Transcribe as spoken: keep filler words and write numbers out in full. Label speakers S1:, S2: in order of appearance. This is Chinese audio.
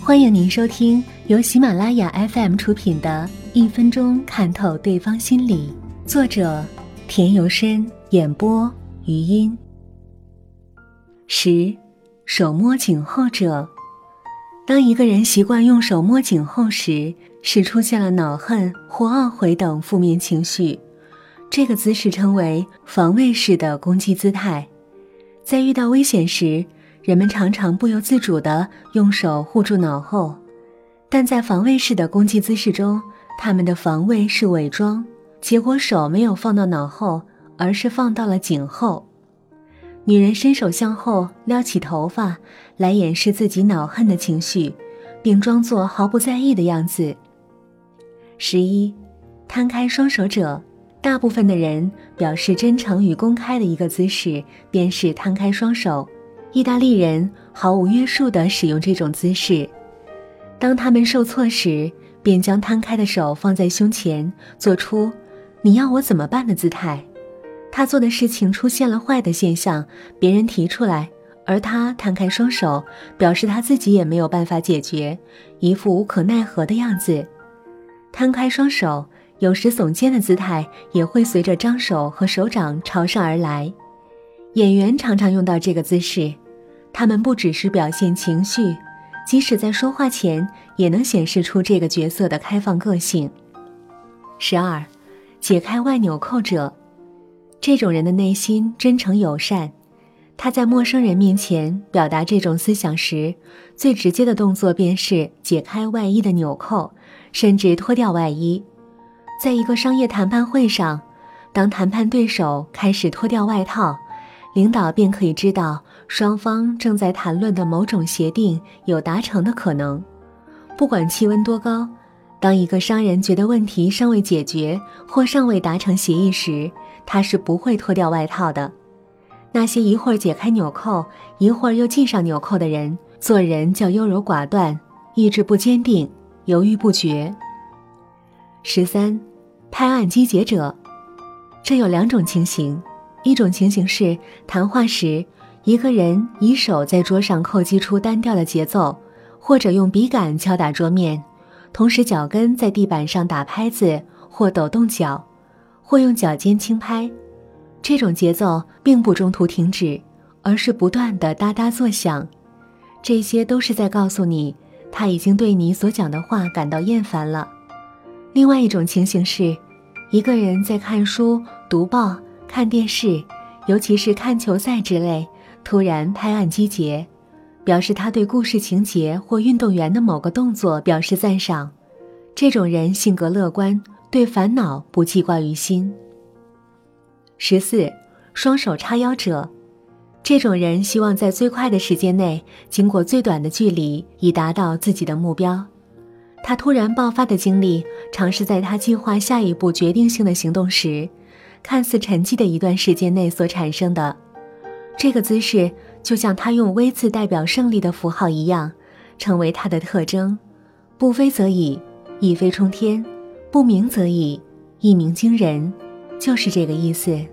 S1: 欢迎您收听由喜马拉雅 F M 出品的一分钟看透对方心理，作者田由深，演播余音。十，手摸颈后者。当一个人习惯用手摸颈后时，是出现了恼恨或懊悔等负面情绪。这个姿势称为防卫式的攻击姿态。在遇到危险时，人们常常不由自主地用手护住脑后，但在防卫式的攻击姿势中，他们的防卫是伪装，结果手没有放到脑后，而是放到了颈后。女人伸手向后撩起头发，来掩饰自己恼恨的情绪，并装作毫不在意的样子。十一，摊开双手者。大部分的人表示真诚与公开的一个姿势，便是摊开双手。意大利人毫无约束地使用这种姿势，当他们受挫时，便将摊开的手放在胸前，做出你要我怎么办的姿态。他做的事情出现了坏的现象，别人提出来，而他摊开双手，表示他自己也没有办法解决，一副无可奈何的样子。摊开双手，有时耸肩的姿态也会随着张手和手掌朝上而来。演员常常用到这个姿势，他们不只是表现情绪，即使在说话前也能显示出这个角色的开放个性。十二，解开外纽扣者。这种人的内心真诚友善，他在陌生人面前表达这种思想时，最直接的动作便是解开外衣的纽扣，甚至脱掉外衣。在一个商业谈判会上，当谈判对手开始脱掉外套，领导便可以知道双方正在谈论的某种协定有达成的可能。不管气温多高，当一个商人觉得问题尚未解决或尚未达成协议时，他是不会脱掉外套的。那些一会儿解开纽扣，一会儿又系上纽扣的人，做人较优柔寡断，意志不坚定，犹豫不决。十三，拍案击节者。这有两种情形，一种情形是谈话时，一个人以手在桌上叩击出单调的节奏，或者用笔杆敲打桌面，同时脚跟在地板上打拍子或抖动脚，或用脚尖轻拍。这种节奏并不中途停止，而是不断地哒哒作响。这些都是在告诉你，他已经对你所讲的话感到厌烦了。另外一种情形是，一个人在看书、读报、看电视，尤其是看球赛之类，突然拍案击节，表示他对故事情节或运动员的某个动作表示赞赏。这种人性格乐观，对烦恼不记挂于心。十四，双手叉腰者。这种人希望在最快的时间内，经过最短的距离，以达到自己的目标。他突然爆发的精力，常是在他计划下一步决定性的行动时，看似沉寂的一段时间内所产生的。这个姿势就像他用 V 字代表胜利的符号一样，成为他的特征。不飞则已，一飞冲天；不鸣则已，一鸣惊人，就是这个意思。